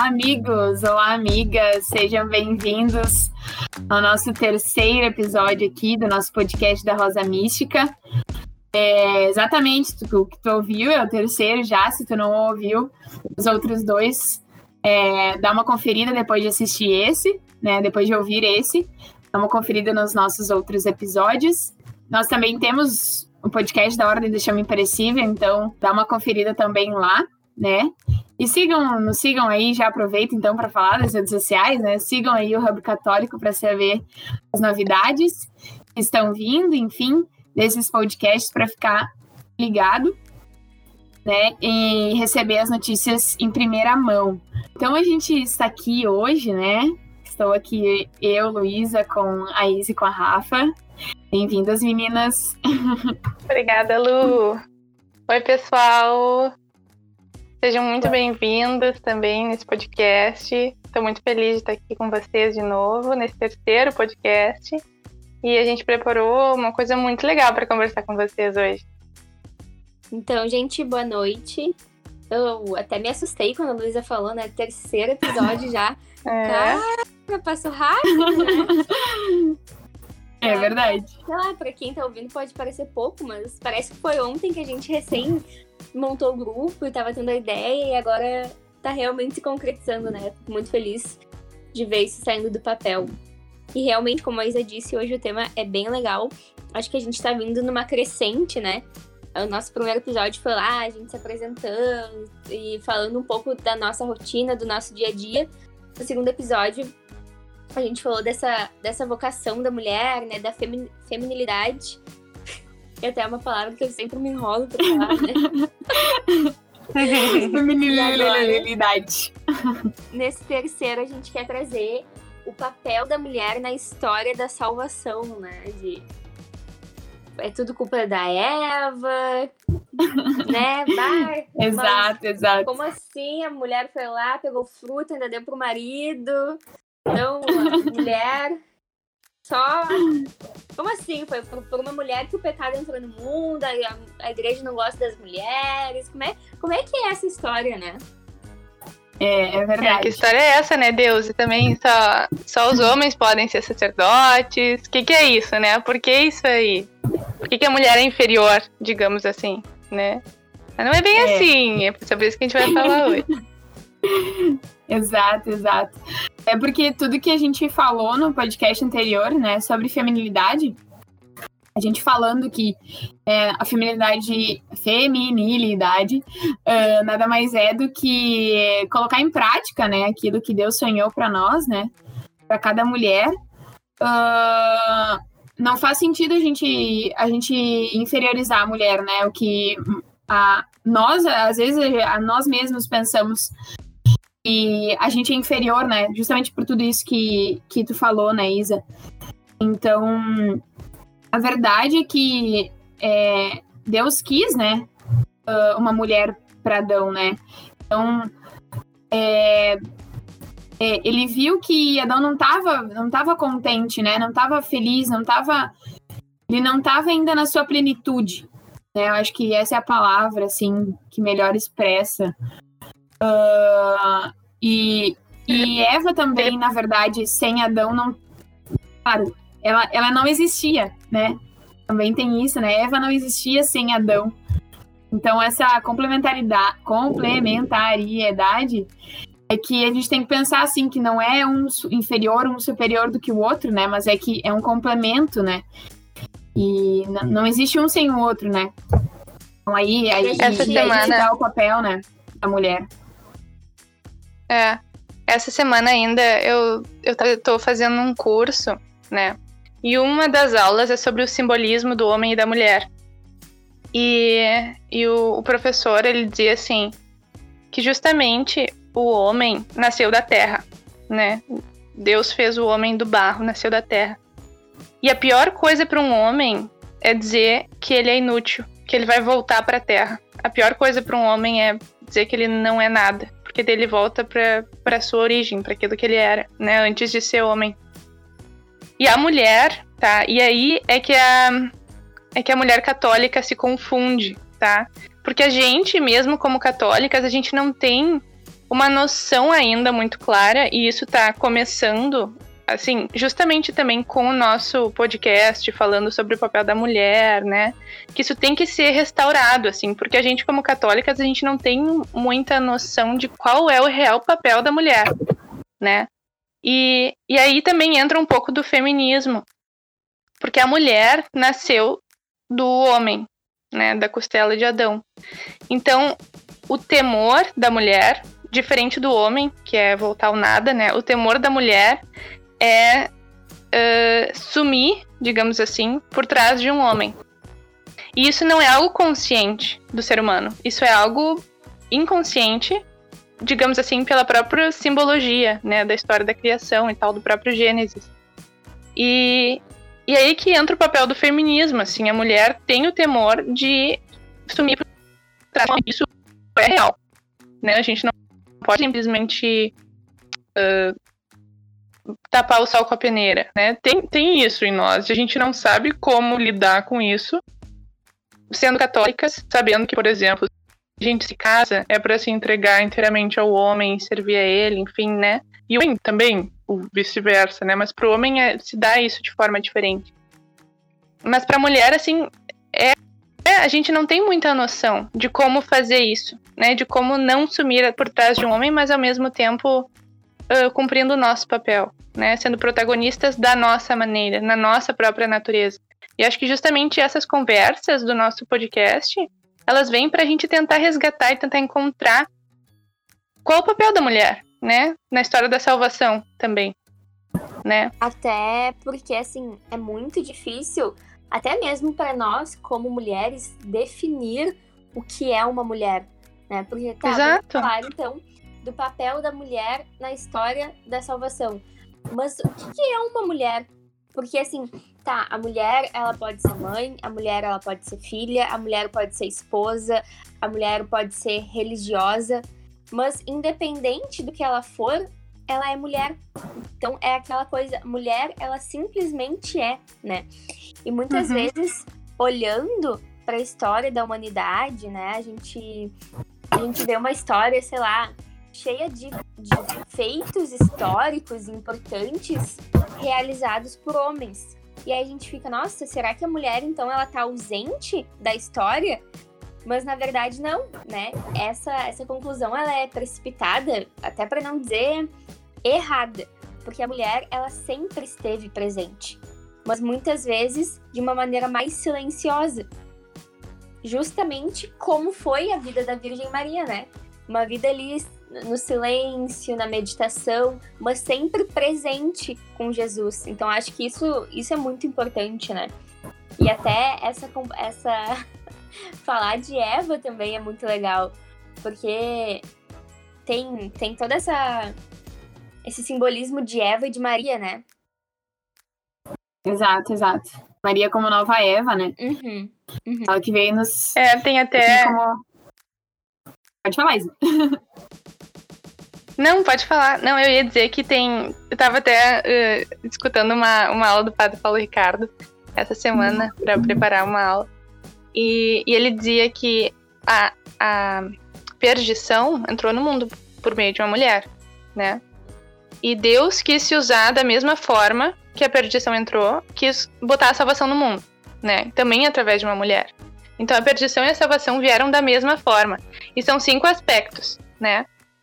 amigos! Olá, amigas! Sejam bem-vindos ao nosso terceiro episódio aqui do nosso podcast da Rosa Mística. Exatamente o que tu ouviu é o terceiro já, se tu não ouviu os outros dois, dá uma conferida depois de assistir esse, né? Depois de ouvir esse, dá uma conferida nos nossos outros episódios. Nós também temos o podcast da Ordem do Chama Imperecível, então dá uma conferida também lá, né? E nos sigam aí, já aproveito então para falar das redes sociais, né? Sigam aí o Hub Católico para saber as novidades que estão vindo, enfim, desses podcasts para ficar ligado, né? E receber as notícias em primeira mão. Então a gente está aqui hoje, né? Estou aqui eu, Luísa, com a Izzy e com a Rafa. Bem-vindas, meninas! Obrigada, Lu! Oi, pessoal! Sejam muito bem-vindos também nesse podcast. Estou muito feliz de estar aqui com vocês de novo, nesse terceiro podcast. E a gente preparou uma coisa muito legal para conversar com vocês hoje. Então, gente, boa noite. Eu até me assustei quando a Luísa falou, né? Terceiro episódio já. Cara, passou rápido, né? É verdade. Sei lá, pra quem tá ouvindo pode parecer pouco, mas parece que foi ontem que a gente recém montou o grupo e tava tendo a ideia e agora tá realmente se concretizando, né? Fico muito feliz de ver isso saindo do papel. E realmente, como a Isa disse, hoje o tema é bem legal. Acho que a gente tá vindo numa crescente, né? O nosso primeiro episódio foi lá, a gente se apresentando e falando um pouco da nossa rotina, do nosso dia a dia. No segundo episódio, a gente falou dessa vocação da mulher, né? Da feminilidade. Que até é uma palavra que eu sempre me enrolo pra falar, né? Feminilidade. Nesse terceiro, a gente quer trazer o papel da mulher na história da salvação, né? É tudo culpa da Eva, né? Exato. Como assim? A mulher foi lá, pegou fruta, ainda deu pro marido. Então, a mulher só... Como assim? Foi por uma mulher que o pecado entrou no mundo, a igreja não gosta das mulheres. Como é que é essa história, né? É verdade. Que história é essa, né, Deus? E também só os homens podem ser sacerdotes. O que é isso, né? Por que isso aí? Por que a mulher é inferior, digamos assim, né? Mas não é bem assim. É sobre isso que a gente vai falar hoje. Exato. É porque tudo que a gente falou no podcast anterior, né, sobre feminilidade, a gente falando que a feminilidade nada mais é do que colocar em prática, né, aquilo que Deus sonhou para nós, né, para cada mulher. Não faz sentido a gente inferiorizar a mulher, né, o que nós, às vezes, nós mesmos pensamos e a gente é inferior, né? Justamente por tudo isso que tu falou, né, Isa? Então, a verdade é que Deus quis, né? Uma mulher para Adão, né? Então, ele viu que Adão não tava contente, né? Não tava feliz, ele não tava ainda na sua plenitude, né? Eu acho que essa é a palavra, assim, que melhor expressa. E Eva também, na verdade, sem Adão, não... Claro, ela não existia, né? Também tem isso, né? Eva não existia sem Adão. Então, essa complementariedade é que a gente tem que pensar, assim, que não é um inferior, um superior do que o outro, né? Mas é que é um complemento, né? E não existe um sem o outro, né? Então, aí essa semana dá o papel, né, da mulher. Essa semana ainda eu tô fazendo um curso, né? E uma das aulas é sobre o simbolismo do homem e da mulher. E o professor, ele dizia assim, que justamente o homem nasceu da terra, né? Deus fez o homem do barro, nasceu da terra. E a pior coisa para um homem é dizer que ele é inútil, que ele vai voltar para a terra. A pior coisa para um homem é dizer que ele não é nada, porque daí ele volta para sua origem, para aquilo que ele era, né, antes de ser homem. E a mulher, tá? E aí é que a mulher católica se confunde, tá? Porque a gente, mesmo como católicas, a gente não tem uma noção ainda muito clara, e isso tá começando, assim, justamente também com o nosso podcast falando sobre o papel da mulher, né? Que isso tem que ser restaurado, assim, porque a gente, como católicas, a gente não tem muita noção de qual é o real papel da mulher, né? E aí também entra um pouco do feminismo, porque a mulher nasceu do homem, né? Da costela de Adão. Então, o temor da mulher, diferente do homem, que é voltar ao nada, né? O temor da mulher é sumir, digamos assim, por trás de um homem. E isso não é algo consciente do ser humano. Isso é algo inconsciente, digamos assim, pela própria simbologia, né, da história da criação e tal, do próprio Gênesis. E aí que entra o papel do feminismo, assim, a mulher tem o temor de sumir por trás. Isso é real, né? A gente não pode simplesmente tapar o sol com a peneira, né? Tem isso em nós. A gente não sabe como lidar com isso, sendo católicas, sabendo que, por exemplo, a gente se casa é para se entregar inteiramente ao homem, servir a ele, enfim, né? E o homem também, o vice-versa, né? Mas pro homem se dá isso de forma diferente. Mas pra mulher, assim, a gente não tem muita noção de como fazer isso, né? De como não sumir por trás de um homem, mas ao mesmo tempo cumprindo o nosso papel, né? Sendo protagonistas da nossa maneira, na nossa própria natureza. E acho que justamente essas conversas do nosso podcast, elas vêm pra gente tentar resgatar e tentar encontrar qual o papel da mulher, né? Na história da salvação também, né? Até porque, assim, é muito difícil, até mesmo para nós, como mulheres, definir o que é uma mulher, né? Porque, Exato. Vamos falar, então, do papel da mulher na história da salvação. Mas o que é uma mulher? Porque, assim, a mulher, ela pode ser mãe, a mulher, ela pode ser filha, a mulher pode ser esposa, a mulher pode ser religiosa, mas independente do que ela for, ela é mulher. Então, é aquela coisa, mulher, ela simplesmente é, né? E muitas vezes, olhando para a história da humanidade, né, a gente vê uma história, sei lá, cheia de feitos históricos importantes realizados por homens. E aí a gente fica, nossa, será que a mulher, então, ela tá ausente da história? Mas, na verdade, não, né? Essa conclusão, ela é precipitada, até para não dizer errada. Porque a mulher, ela sempre esteve presente. Mas, muitas vezes, de uma maneira mais silenciosa. Justamente como foi a vida da Virgem Maria, né? Uma vida ali no silêncio, na meditação, mas sempre presente com Jesus. Então, acho que isso é muito importante, né? E até essa falar de Eva também é muito legal, porque tem todo esse simbolismo de Eva e de Maria, né? Exato. Maria como nova Eva, né? Uhum. Ela que veio nos... tem até... Pode falar, Isa. Não, pode falar. Não, eu ia dizer que tem... Eu tava até escutando uma aula do Padre Paulo Ricardo essa semana para preparar uma aula. E ele dizia que a perdição entrou no mundo por meio de uma mulher, né? E Deus quis se usar da mesma forma que a perdição entrou, quis botar a salvação no mundo, né? Também através de uma mulher. Então a perdição e a salvação vieram da mesma forma. E são 5 aspectos, né?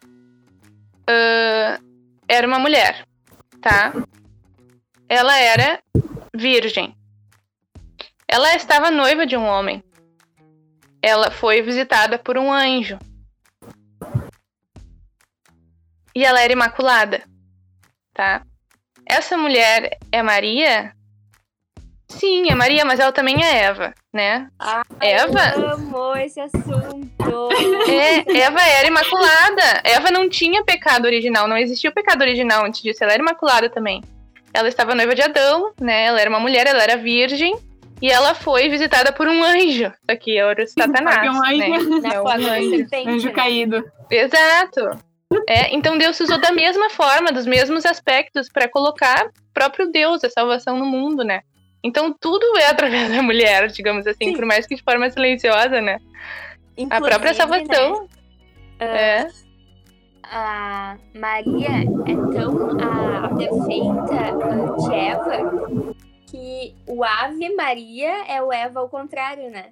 Era uma mulher, tá? Ela era virgem. Ela estava noiva de um homem. Ela foi visitada por um anjo. E ela era imaculada, tá? Essa mulher é Maria? Sim, é Maria, mas ela também é Eva, né? Eva... Eu amo esse assunto! Eva era imaculada. Eva não tinha pecado original, não existia o pecado original antes disso. Ela era imaculada também. Ela estava noiva de Adão, né? Ela era uma mulher, ela era virgem. E ela foi visitada por um anjo. Aqui é o Satanás, né? Anjo caído. Exato. Então Deus usou da mesma forma, dos mesmos aspectos, para colocar o próprio Deus, a salvação no mundo, né? Então tudo é através da mulher, digamos assim, por mais que de forma silenciosa, né? Inclusive, a própria salvação. Né? a Maria é tão a perfeita de Eva que o Ave Maria é o Eva ao contrário, né?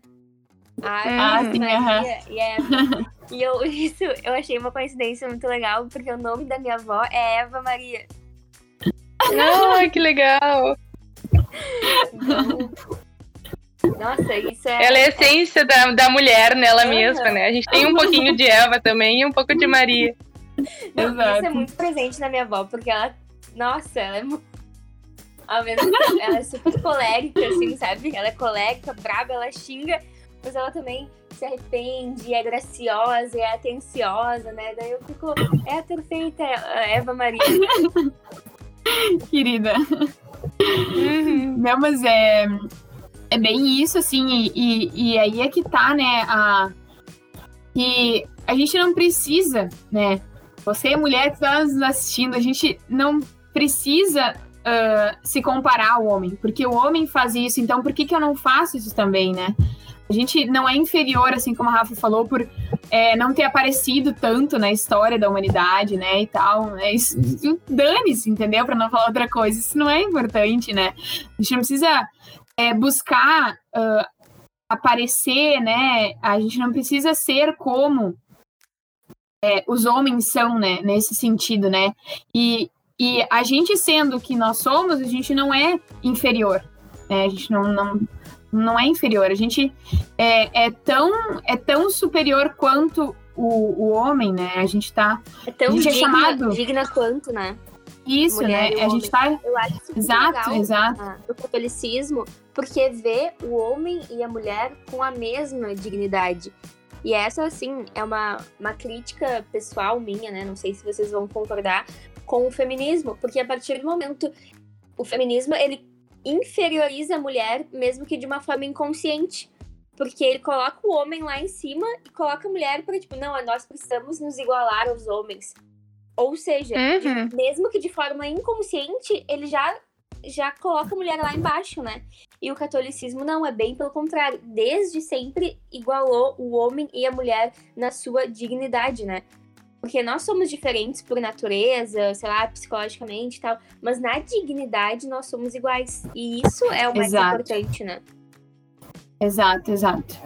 Ave Maria e Eva. E eu achei uma coincidência muito legal, porque o nome da minha avó é Eva Maria. Ai, que legal! Então, nossa, isso é... Ela é a essência da mulher nela mesma, né? A gente tem um pouquinho de Eva também e um pouco de Maria. Não, isso é muito presente na minha avó, porque ela... Nossa, ela é muito... Ao mesmo tempo, ela é super colérica, assim, sabe? Ela é colérica, braba, ela xinga, mas ela também se arrepende, é graciosa, é atenciosa, né? Daí eu fico... É a perfeita Eva Maria. Querida. Não, mas é bem isso, assim, e aí é que tá, né, que a gente não precisa, né, você mulher que está nos assistindo, a gente não precisa se comparar ao homem, porque o homem faz isso, então por que eu não faço isso também, né? A gente não é inferior, assim como a Rafa falou, por não ter aparecido tanto na história da humanidade, né, e tal, né? Isso dane-se, entendeu? Pra não falar outra coisa. Isso não é importante, né? A gente não precisa buscar aparecer, né? A gente não precisa ser como os homens são, né? Nesse sentido, né? E a gente sendo o que nós somos, a gente não é inferior, né? A gente não é inferior, a gente é tão superior quanto o homem, né? A gente tá... É tão a gente digna quanto, né? Isso, Mulher, né? A gente tá... Eu acho isso Exato. Do catolicismo, porque vê o homem e a mulher com a mesma dignidade. E essa, assim, é uma crítica pessoal minha, né? Não sei se vocês vão concordar com o feminismo, porque a partir do momento... O feminismo, ele inferioriza a mulher, mesmo que de uma forma inconsciente. Porque ele coloca o homem lá em cima e coloca a mulher para, tipo, não, nós precisamos nos igualar aos homens. Ou seja, mesmo que de forma inconsciente, ele já coloca a mulher lá embaixo, né? E o catolicismo não, é bem pelo contrário. Desde sempre igualou o homem e a mulher na sua dignidade, né? Porque nós somos diferentes por natureza, sei lá, psicologicamente e tal, mas na dignidade nós somos iguais. E isso é o mais importante, né? Exato.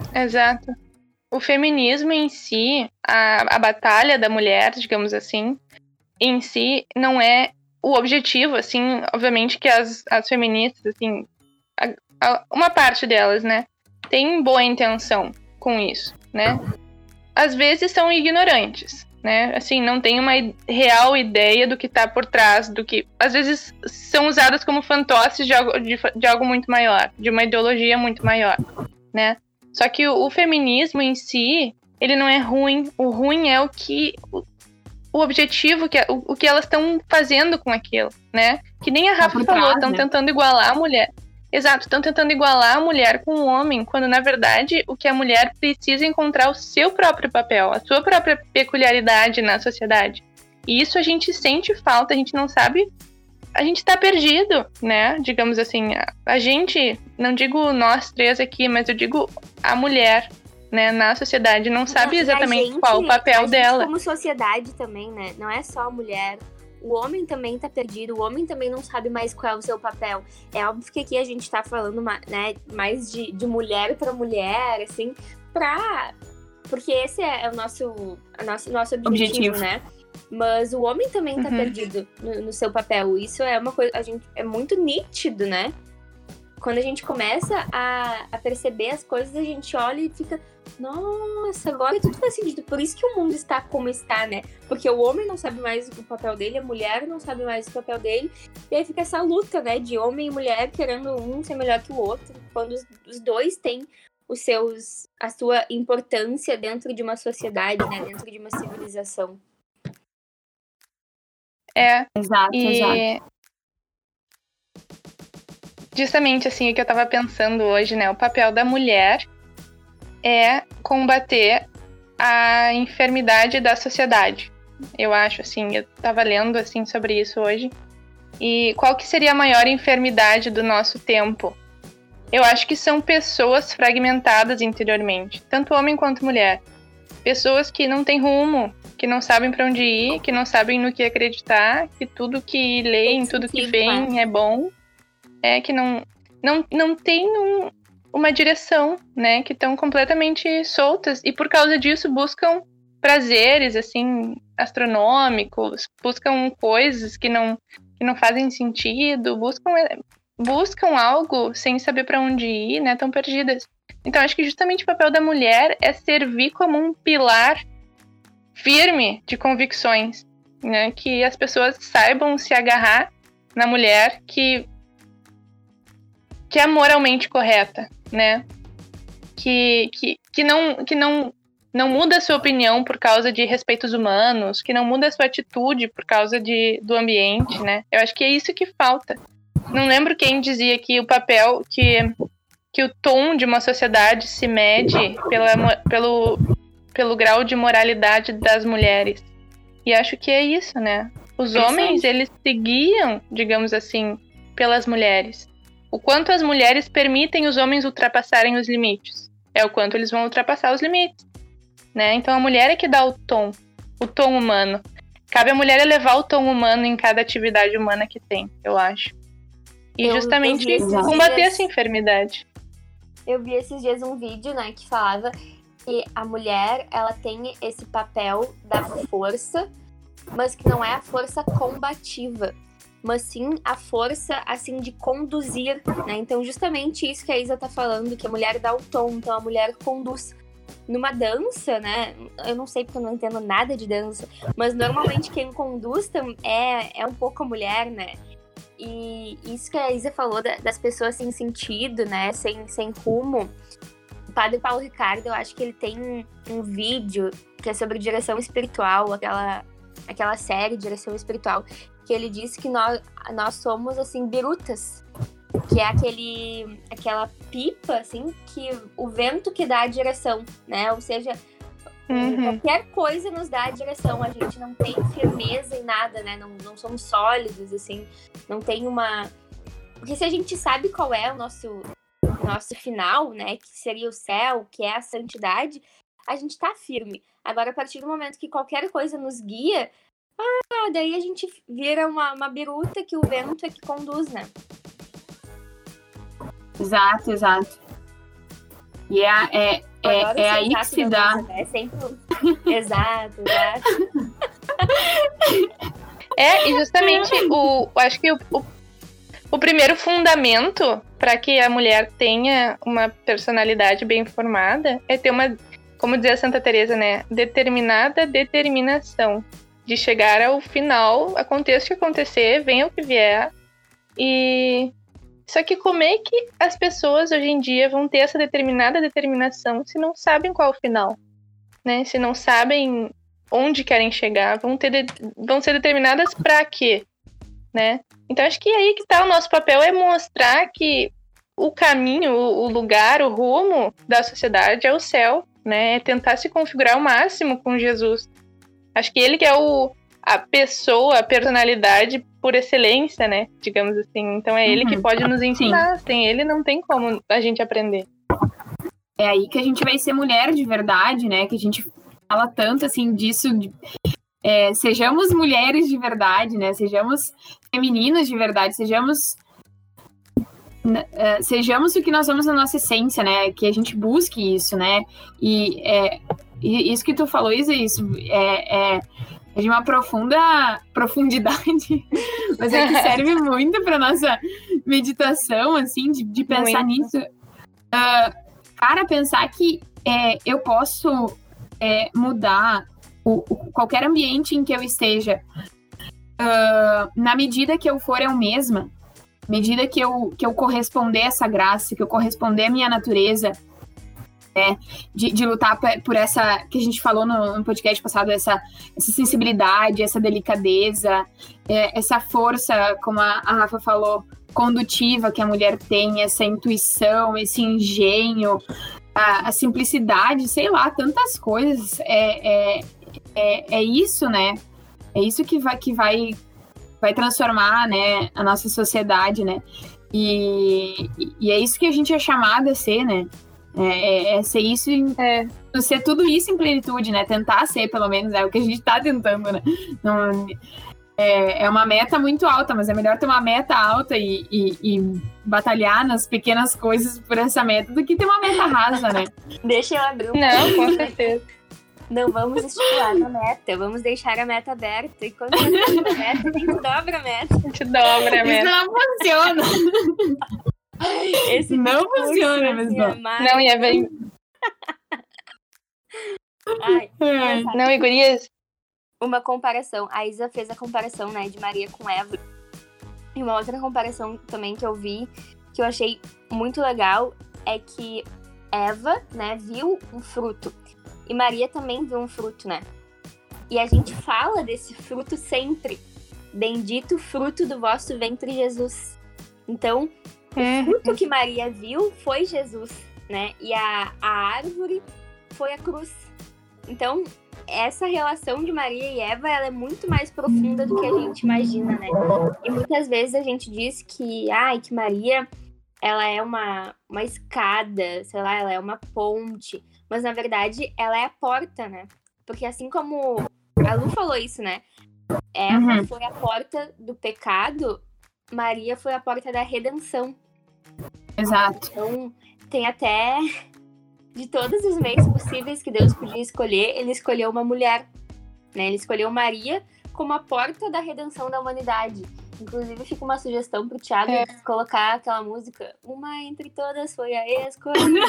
O feminismo em si, a batalha da mulher, digamos assim, em si, não é o objetivo, assim, obviamente que as feministas, assim, uma parte delas, né, tem boa intenção com isso, né? Às vezes são ignorantes, né? Assim, não tem uma real ideia do que está por trás, do que às vezes são usadas como fantoches de algo muito maior, de uma ideologia muito maior, né? Só que o feminismo em si, ele não é ruim. O ruim é o objetivo, o que elas estão fazendo com aquilo, né? Que nem a Rafa falou, estão tentando igualar a mulher. Exato, estão tentando igualar a mulher com o homem, quando na verdade o que a mulher precisa é encontrar o seu próprio papel, a sua própria peculiaridade na sociedade. E isso a gente sente falta, a gente não sabe, a gente tá perdido, né? Digamos assim, a gente, não digo nós três aqui, mas eu digo a mulher, né, na sociedade, não sabe exatamente qual o papel dela. Como sociedade também, né? Não é só a mulher. O homem também tá perdido, o homem também não sabe mais qual é o seu papel. É óbvio que aqui a gente tá falando, né, mais de mulher pra mulher, assim, porque esse é o nosso objetivo, né? Mas o homem também tá perdido no seu papel. Isso é uma coisa, é muito nítido, né? Quando a gente começa a perceber as coisas, a gente olha e fica... Nossa, agora tudo faz sentido. Por isso que o mundo está como está, né? Porque o homem não sabe mais o papel dele, a mulher não sabe mais o papel dele. E aí fica essa luta, né? De homem e mulher querendo um ser melhor que o outro. Quando os dois têm a sua importância dentro de uma sociedade, né? Dentro de uma civilização. Exato. Justamente assim, o que eu tava pensando hoje, né? O papel da mulher é combater a enfermidade da sociedade. Eu acho, assim, eu tava lendo, assim, sobre isso hoje. E qual que seria a maior enfermidade do nosso tempo? Eu acho que são pessoas fragmentadas interiormente, tanto homem quanto mulher. Pessoas que não têm rumo, que não sabem para onde ir, que não sabem no que acreditar, que tudo que leem, tudo que veem é bom, que não tem uma direção, né? Que estão completamente soltas e por causa disso buscam prazeres, assim, astronômicos, buscam coisas que não fazem sentido, buscam algo sem saber para onde ir, né? Tão perdidas. Então, acho que justamente o papel da mulher é servir como um pilar firme de convicções, né? Que as pessoas saibam se agarrar na mulher que é moralmente correta, né? Que não muda a sua opinião por causa de respeitos humanos, que não muda a sua atitude por causa do ambiente, né? Eu acho que é isso que falta. Não lembro quem dizia que o papel, que o tom de uma sociedade se mede pelo grau de moralidade das mulheres. E acho que é isso, né? Os homens, eles se guiam, digamos assim, pelas mulheres. O quanto as mulheres permitem os homens ultrapassarem os limites. É o quanto eles vão ultrapassar os limites, né? Então a mulher é que dá o tom humano. Cabe à mulher elevar o tom humano em cada atividade humana que tem, eu acho. E justamente combater essa enfermidade. Eu vi esses dias um vídeo, né, que falava que a mulher, ela tem esse papel da força, mas que não é a força combativa, mas sim a força, assim, de conduzir, né? Então, justamente isso que a Isa tá falando, que a mulher dá o tom, então a mulher conduz. Numa dança, né? Eu não sei porque eu não entendo nada de dança, mas normalmente quem conduz é um pouco a mulher, né? E isso que a Isa falou das pessoas sem sentido, né? Sem rumo. O Padre Paulo Ricardo, eu acho que ele tem um vídeo que é sobre direção espiritual, aquela série Direção Espiritual, que ele diz que nós somos, assim, birutas, que é aquela pipa, assim, que o vento que dá a direção, né? Ou seja, qualquer coisa nos dá a direção, a gente não tem firmeza em nada, né? Não somos sólidos, assim, não tem uma... Porque se a gente sabe qual é o nosso final, né? Que seria o céu, que é a santidade, a gente tá firme. Agora, a partir do momento que qualquer coisa nos guia, daí a gente vira uma biruta que o vento é que conduz, né? Exato. E é aí que se dá. É sempre... Exato. E justamente acho que o primeiro fundamento para que a mulher tenha uma personalidade bem formada é ter uma, como dizia Santa Teresa, né, determinada determinação de chegar ao final, aconteça o que acontecer, venha o que vier. E só que como é que as pessoas hoje em dia vão ter essa determinada determinação se não sabem qual é o final, né? Se não sabem onde querem chegar, vão ser determinadas para quê, né? Então acho que aí que tá o nosso papel, é mostrar que o caminho, o lugar, o rumo da sociedade é o céu, né? É tentar se configurar ao máximo com Jesus. Acho que ele que é a pessoa, a personalidade por excelência, né? Digamos assim. Então é ele que pode nos ensinar. Sem ele não tem como a gente aprender. É aí que a gente vai ser mulher de verdade, né? Que a gente fala tanto, assim, disso. Sejamos mulheres de verdade, né? Sejamos femininas de verdade. Sejamos o que nós somos na nossa essência, né? Que a gente busque isso, né? E isso que tu falou, isso é de uma profundidade, mas é que serve muito para nossa meditação, assim, de pensar nisso. Cara, pensar que eu posso mudar qualquer ambiente em que eu esteja, na medida que eu for eu mesma, na medida que eu corresponder a essa graça, que eu corresponder à minha natureza, de lutar por essa, que a gente falou no podcast passado, essa sensibilidade, essa delicadeza, essa força, como a Rafa falou, condutiva que a mulher tem, essa intuição, esse engenho, a simplicidade, sei lá, tantas coisas. É isso, né? É isso que vai transformar, né, a nossa sociedade, né? E é isso que a gente é chamada a ser, né? Ser isso ser tudo isso em plenitude, né? Tentar ser, pelo menos, é o que a gente tá tentando, né? Não, é uma meta muito alta, mas é melhor ter uma meta alta e batalhar nas pequenas coisas por essa meta do que ter uma meta rasa, né? Deixa eu abrir Não, com certeza. Não vamos estipular na meta, vamos deixar a meta aberta. E quando você tem a meta, a gente dobra a meta. A gente dobra a Isso meta. não funciona. Esse Não discurso, funciona, assim, mesmo. é mais- Não, e é bem... Ai, É. Não, e gurias... uma comparação. A Isa fez a comparação, né, de Maria com Eva. E uma outra comparação também que eu vi, que eu achei muito legal, é que Eva, né, viu um fruto. E Maria também viu um fruto, né? E a gente fala desse fruto sempre. Bendito fruto do vosso ventre, Jesus. Então, o fruto que Maria viu foi Jesus, né? E a árvore foi a cruz. Então, essa relação de Maria e Eva, ela é muito mais profunda do que a gente imagina, né? E muitas vezes a gente diz que Maria, ela é uma escada, sei lá, ela é uma ponte. Mas, na verdade, ela é a porta, né? Porque assim como a Lu falou isso, né? Eva foi a porta do pecado, Maria foi a porta da redenção. Exato. Então, tem até... De todos os meios possíveis que Deus podia escolher, ele escolheu uma mulher, né? Ele escolheu Maria como a porta da redenção da humanidade. Inclusive, fica uma sugestão pro Thiago colocar aquela música Uma entre todas foi a escolhida.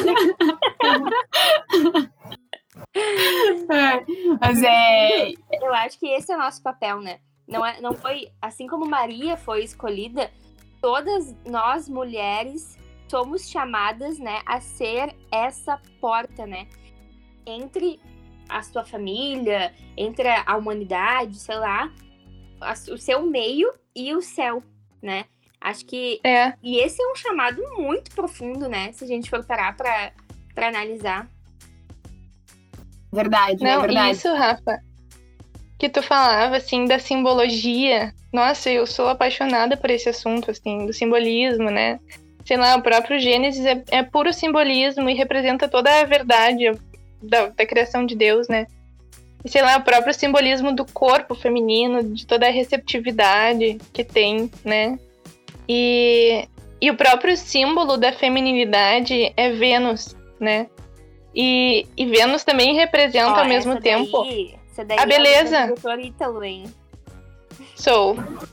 Mas Eu acho que esse é o nosso papel, né? Não foi... Assim como Maria foi escolhida, todas nós, mulheres... somos chamadas, né, a ser essa porta, né, entre a sua família, entre a humanidade, sei lá, o seu meio e o céu, né? Acho que... E esse é um chamado muito profundo, né, se a gente for parar pra analisar. Verdade, Não, é verdade. isso, Rafa, que tu falava, assim, da simbologia. Nossa, eu sou apaixonada por esse assunto, assim, do simbolismo, né? Sei lá, o próprio Gênesis é puro simbolismo e representa toda a verdade da criação de Deus, né? E sei lá, o próprio simbolismo do corpo feminino, de toda a receptividade que tem, né? E o próprio símbolo da feminilidade é Vênus, né? E Vênus também representa ao mesmo tempo a beleza. É o doutor Ítalo, hein? Sou.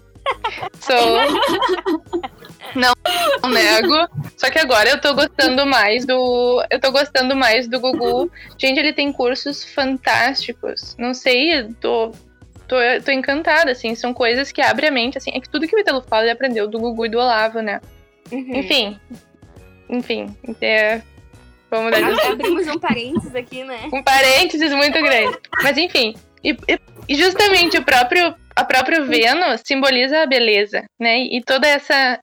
Não nego. Só que agora eu tô gostando mais do Gugu. Gente, ele tem cursos fantásticos. Não sei, tô encantada, assim. São coisas que abrem a mente, assim. É que tudo que o Ítalo fala ele aprendeu do Gugu e do Olavo, né? Enfim. Vamos dar abrimos um parênteses aqui, né? Um parênteses muito grande. Mas enfim. E justamente a própria Vênus simboliza a beleza, né? E toda essa...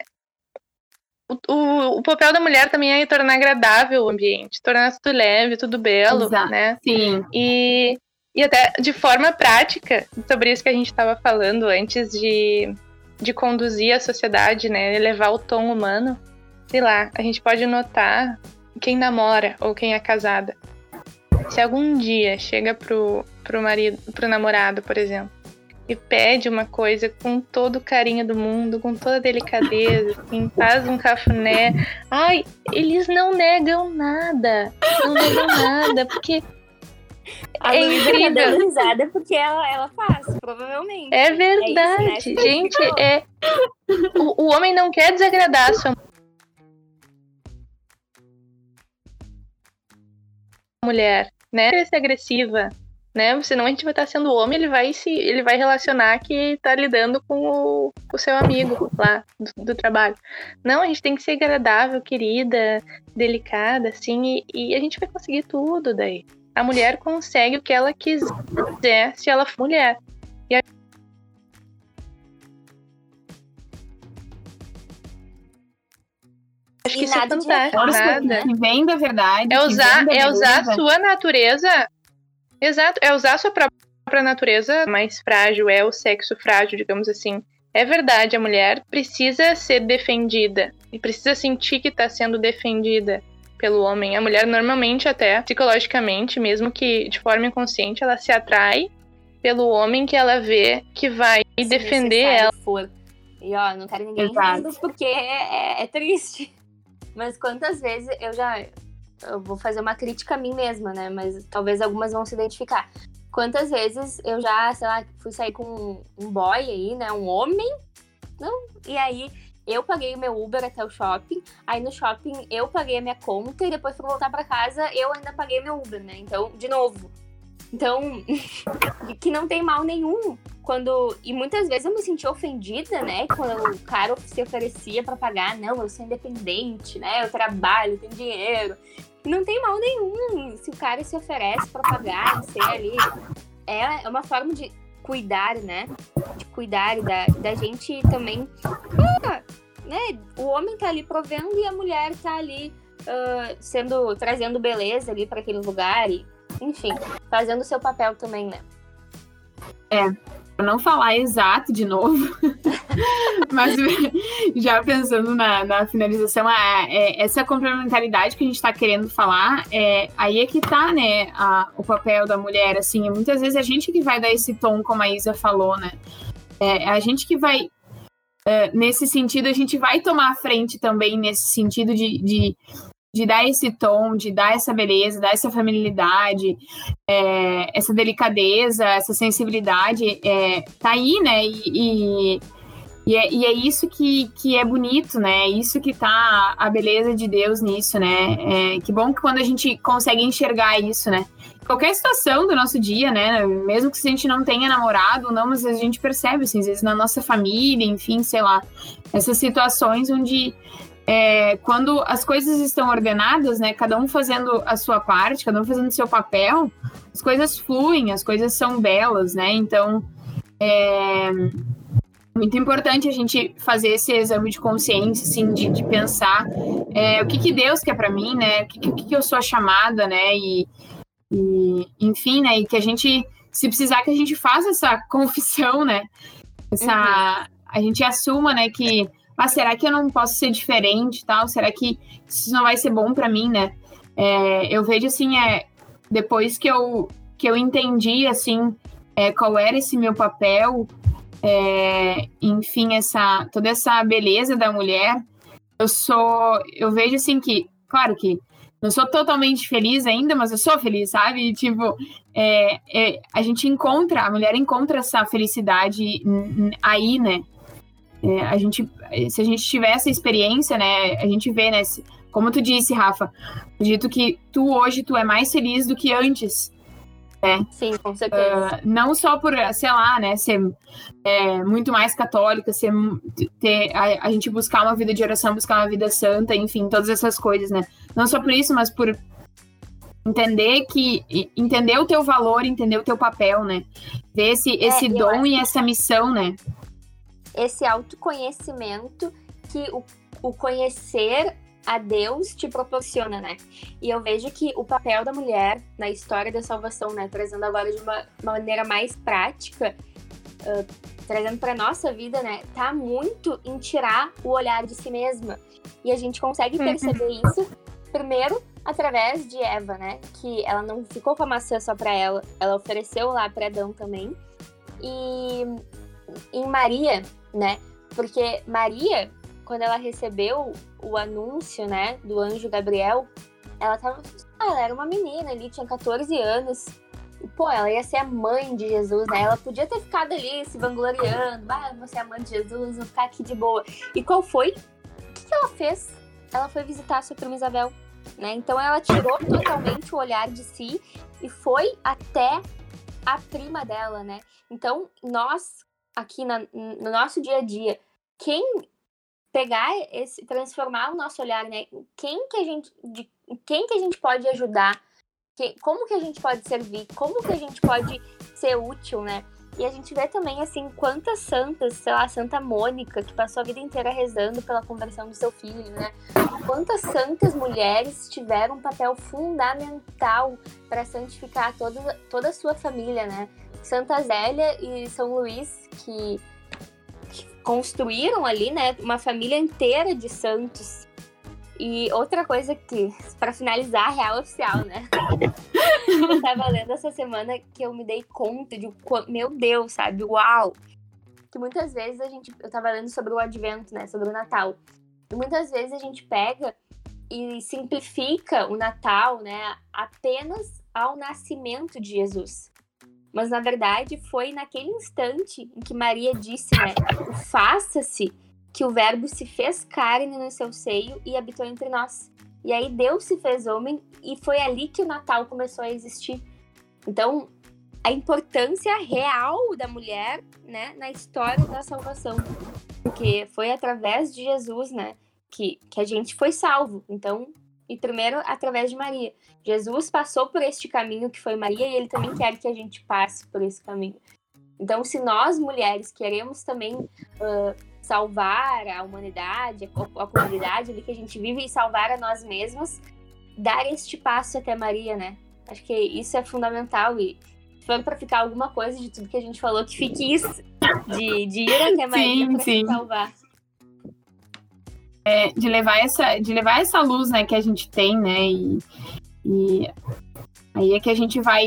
O papel da mulher também é tornar agradável o ambiente, tornar tudo leve, tudo belo, Exato. né? Sim. E até de forma prática, sobre isso que a gente estava falando antes de conduzir a sociedade, né? Elevar o tom humano. Sei lá, a gente pode notar quem namora ou quem é casada. Se algum dia chega pro marido, pro namorado, por exemplo, e pede uma coisa com todo o carinho do mundo, com toda a delicadeza, assim, faz um cafuné. Ai, eles não negam nada. Não negam nada, porque A é Luísa tá incrível. dando risada porque ela faz, provavelmente. É verdade, É isso, né? gente. O homem não quer desagradar a sua mulher, né? Quer ser agressiva, né? Senão a gente vai estar sendo homem, ele vai relacionar que tá lidando com o seu amigo lá do trabalho. Não, a gente tem que ser agradável, querida, delicada, assim, e a gente vai conseguir tudo daí. A mulher consegue o que ela quiser se ela for mulher. Acho que isso é fantástico. Nada. Que vem da verdade. É usar a sua natureza. Exato, é usar a sua própria natureza mais frágil, é o sexo frágil, digamos assim. É verdade, a mulher precisa ser defendida e precisa sentir que está sendo defendida pelo homem. A mulher normalmente até, psicologicamente, mesmo que de forma inconsciente, ela se atrai pelo homem que ela vê que vai Se defender necessário ela. for. E ó, não quero ninguém Exato. rindo porque é triste. Mas quantas vezes eu vou fazer uma crítica a mim mesma, né? Mas talvez algumas vão se identificar. Quantas vezes eu já, sei lá, fui sair com um boy aí, né? Um homem. Não, e aí eu paguei o meu Uber até o shopping. Aí no shopping eu paguei a minha conta e depois pra voltar pra casa eu ainda paguei meu Uber, né? Então, de novo. Então, que não tem mal nenhum. E muitas vezes eu me senti ofendida, né? Quando o cara se oferecia pra pagar. Não, eu sou independente, né? Eu trabalho, tenho dinheiro. Não tem mal nenhum se o cara se oferece pra pagar, ser ali. É uma forma de cuidar, né? De cuidar da gente também. Né? O homem tá ali provendo e a mulher tá ali trazendo beleza ali pra aquele lugar e, enfim, fazendo o seu papel também, né? Pra não falar exato de novo, mas já pensando na finalização, essa complementaridade que a gente está querendo falar, aí é que tá, né, o papel da mulher, assim, muitas vezes é a gente que vai dar esse tom, como a Isa falou, né, a gente que vai, nesse sentido, a gente vai tomar a frente também, nesse sentido de dar esse tom, de dar essa beleza, dar essa familiaridade, essa delicadeza, essa sensibilidade, tá aí, né? E é isso que é bonito, né? É isso que tá a beleza de Deus nisso, né? Que bom que quando a gente consegue enxergar isso, né? Qualquer situação do nosso dia, né? Mesmo que a gente não tenha namorado ou não, mas a gente percebe, assim, às vezes na nossa família, enfim, sei lá. Essas situações onde quando as coisas estão ordenadas, né, cada um fazendo a sua parte, cada um fazendo o seu papel, as coisas fluem, as coisas são belas, né, então é muito importante a gente fazer esse exame de consciência, assim, de pensar o que Deus quer para mim, né, o que eu sou chamada, né, e enfim, né, e que a gente, se precisar que a gente faça essa confissão, né, a gente assuma, né, que será que eu não posso ser diferente e tal? Será que isso não vai ser bom pra mim, né? Eu vejo, assim, depois que eu entendi, assim, qual era esse meu papel, enfim, toda essa beleza da mulher, eu vejo, assim, que, claro que não sou totalmente feliz ainda, mas eu sou feliz, sabe? E, tipo, a mulher encontra essa felicidade aí, né? Se a gente tiver essa experiência, né, a gente vê, né, como tu disse, Rafa, acredito que hoje tu é mais feliz do que antes, né? Sim, com certeza. Não só por, sei lá, né, ser muito mais católica, a gente buscar uma vida de oração, buscar uma vida santa, enfim, todas essas coisas, né? Não só por isso, mas por entender o teu valor, entender o teu papel, né? Ver esse dom e essa missão, né? Esse autoconhecimento que o conhecer a Deus te proporciona, né? E eu vejo que o papel da mulher na história da salvação, né? Trazendo agora de uma maneira mais prática, trazendo para nossa vida, né? Tá muito em tirar o olhar de si mesma. E a gente consegue perceber isso, primeiro, através de Eva, né? Que ela não ficou com a maçã só para ela ofereceu lá para Adão também. E em Maria, né? Porque Maria, quando ela recebeu o anúncio, né, do anjo Gabriel, ela era uma menina ali, tinha 14 anos. E, ela ia ser a mãe de Jesus, né? Ela podia ter ficado ali se vangloriando. Vou ser a mãe de Jesus, vou ficar aqui de boa. E qual foi? O que ela fez? Ela foi visitar a sua prima Isabel, né? Então ela tirou totalmente o olhar de si e foi até a prima dela, né? Então, nós, aqui no nosso dia a dia, quem transformar o nosso olhar, né? Quem que a gente pode ajudar? Como que a gente pode servir? Como que a gente pode ser útil, né? E a gente vê também, assim, quantas santas, sei lá, Santa Mônica, que passou a vida inteira rezando pela conversão do seu filho, né? Quantas santas mulheres tiveram um papel fundamental para santificar toda a sua família, né? Santa Zélia e São Luís, que construíram ali, né, uma família inteira de santos. E outra coisa que, pra finalizar, a real oficial, né? Eu tava lendo essa semana que eu me dei conta de meu Deus, sabe? Uau! Que muitas vezes eu tava lendo sobre o advento, né? Sobre o Natal. E muitas vezes a gente pega e simplifica o Natal, né? Apenas ao nascimento de Jesus. Mas, na verdade, foi naquele instante em que Maria disse, né? Faça-se, que o verbo se fez carne no seu seio e habitou entre nós. E aí Deus se fez homem e foi ali que o Natal começou a existir. Então, a importância real da mulher, né, na história da salvação. Porque foi através de Jesus, né, que a gente foi salvo. Então, e primeiro através de Maria. Jesus passou por este caminho que foi Maria e ele também quer que a gente passe por esse caminho. Então, se nós, mulheres, queremos também salvar a humanidade, a comunidade ali que a gente vive e salvar a nós mesmas, dar este passo até Maria, né? Acho que isso é fundamental e se for para ficar alguma coisa de tudo que a gente falou, que fique isso, de ir até Maria para se salvar. De levar essa luz, né, que a gente tem, né, e aí é que a gente vai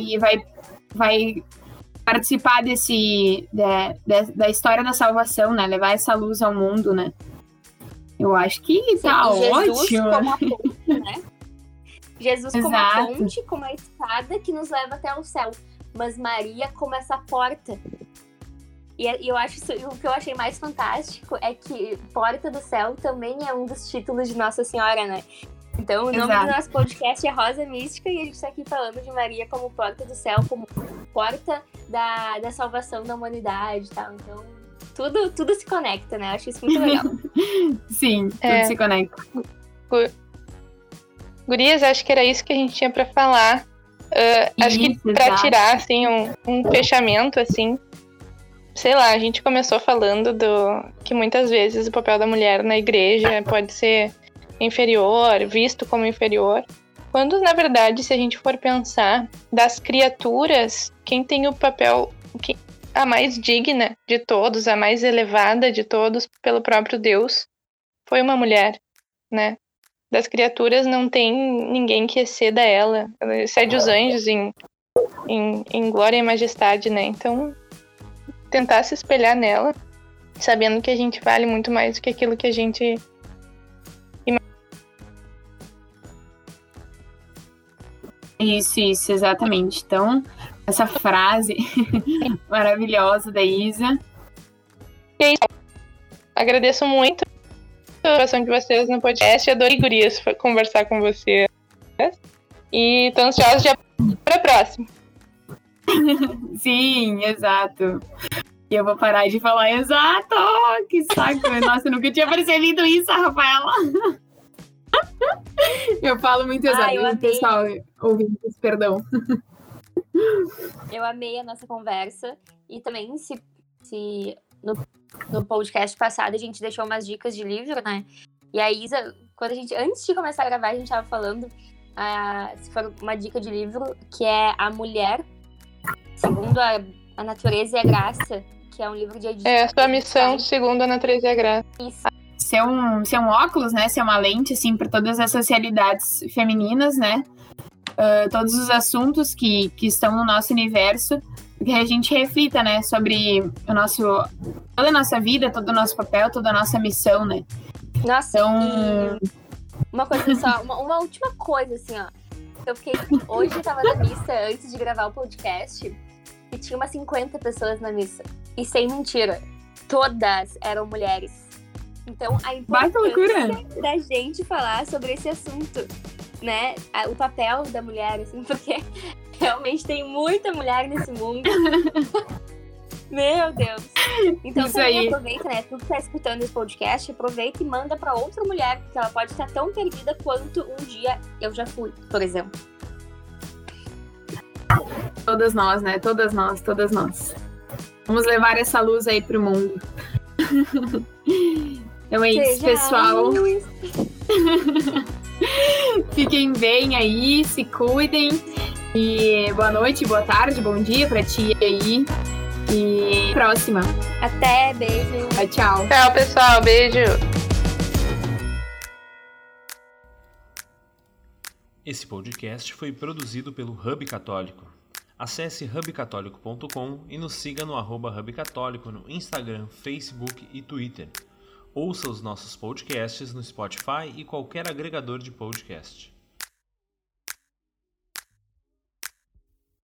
participar da história da salvação, né, levar essa luz ao mundo, né. Eu acho que tá ótimo. Como a ponte, né? Jesus como a ponte, como a escada que nos leva até o céu, mas Maria como essa porta. E eu acho isso, o que eu achei mais fantástico é que Porta do Céu também é um dos títulos de Nossa Senhora, né? Então, o nome do nosso podcast é Rosa Mística e a gente está aqui falando de Maria como Porta do Céu, como porta da salvação da humanidade e tal. Então, tudo se conecta, né? Eu acho isso muito legal. Sim, tudo se conecta. Gurias, acho que era isso que a gente tinha para falar. Acho que para tirar, assim, um fechamento, assim, sei lá, a gente começou falando que muitas vezes o papel da mulher na igreja pode ser inferior, visto como inferior, quando, na verdade, se a gente for pensar, das criaturas, quem tem o papel, a mais digna de todos, a mais elevada de todos pelo próprio Deus, foi uma mulher, né? Das criaturas não tem ninguém que exceda ela, ela excede os anjos em glória e majestade, né? Então, tentar se espelhar nela, sabendo que a gente vale muito mais do que aquilo que a gente Isso, exatamente. Então, essa frase maravilhosa da Isa. E é isso. Agradeço muito a participação de vocês no podcast. Adorei, gurias, conversar com vocês. E tô ansiosa já para a próxima. Sim, exato. E eu vou parar de falar exato. Que saco. Nossa, eu nunca tinha percebido isso, Rafaela. Eu falo muito exato, pessoal. Ouvintes, perdão. Eu amei a nossa conversa. E também, se no podcast passado a gente deixou umas dicas de livro, né? E a Isa, antes de começar a gravar, a gente tava falando se for uma dica de livro, que é A Mulher, segundo a Natureza e a Graça, que é um livro de edição. É a sua missão, segundo a Natureza e a Graça. Isso. Ser um óculos, né? Ser uma lente, assim, para todas essas realidades femininas, né? Todos os assuntos que estão no nosso universo, que a gente reflita, né? Sobre toda a nossa vida, todo o nosso papel, toda a nossa missão, né? Nossa, então... uma coisa só, uma última coisa, assim, ó. Hoje eu tava na missa, antes de gravar o podcast, e tinha umas 50 pessoas na missa. E sem mentira, todas eram mulheres. Então, a importância da gente falar sobre esse assunto, né? O papel da mulher, assim, porque realmente tem muita mulher nesse mundo. Meu Deus. Então, também aproveita, né? Tu que tá escutando esse podcast, aproveita e manda pra outra mulher, porque ela pode estar tão perdida quanto um dia eu já fui, por exemplo. Todas nós, né? Todas nós. Vamos levar essa luz aí pro mundo. Então é isso, pessoal. Fiquem bem aí, se cuidem. E boa noite, boa tarde, bom dia pra ti aí. E próxima. Até, beijo. Tchau. Tchau, pessoal, beijo. Esse podcast foi produzido pelo Hub Católico. Acesse hubcatólico.com e nos siga no @hubcatólico no Instagram, Facebook e Twitter. Ouça os nossos podcasts no Spotify e qualquer agregador de podcast.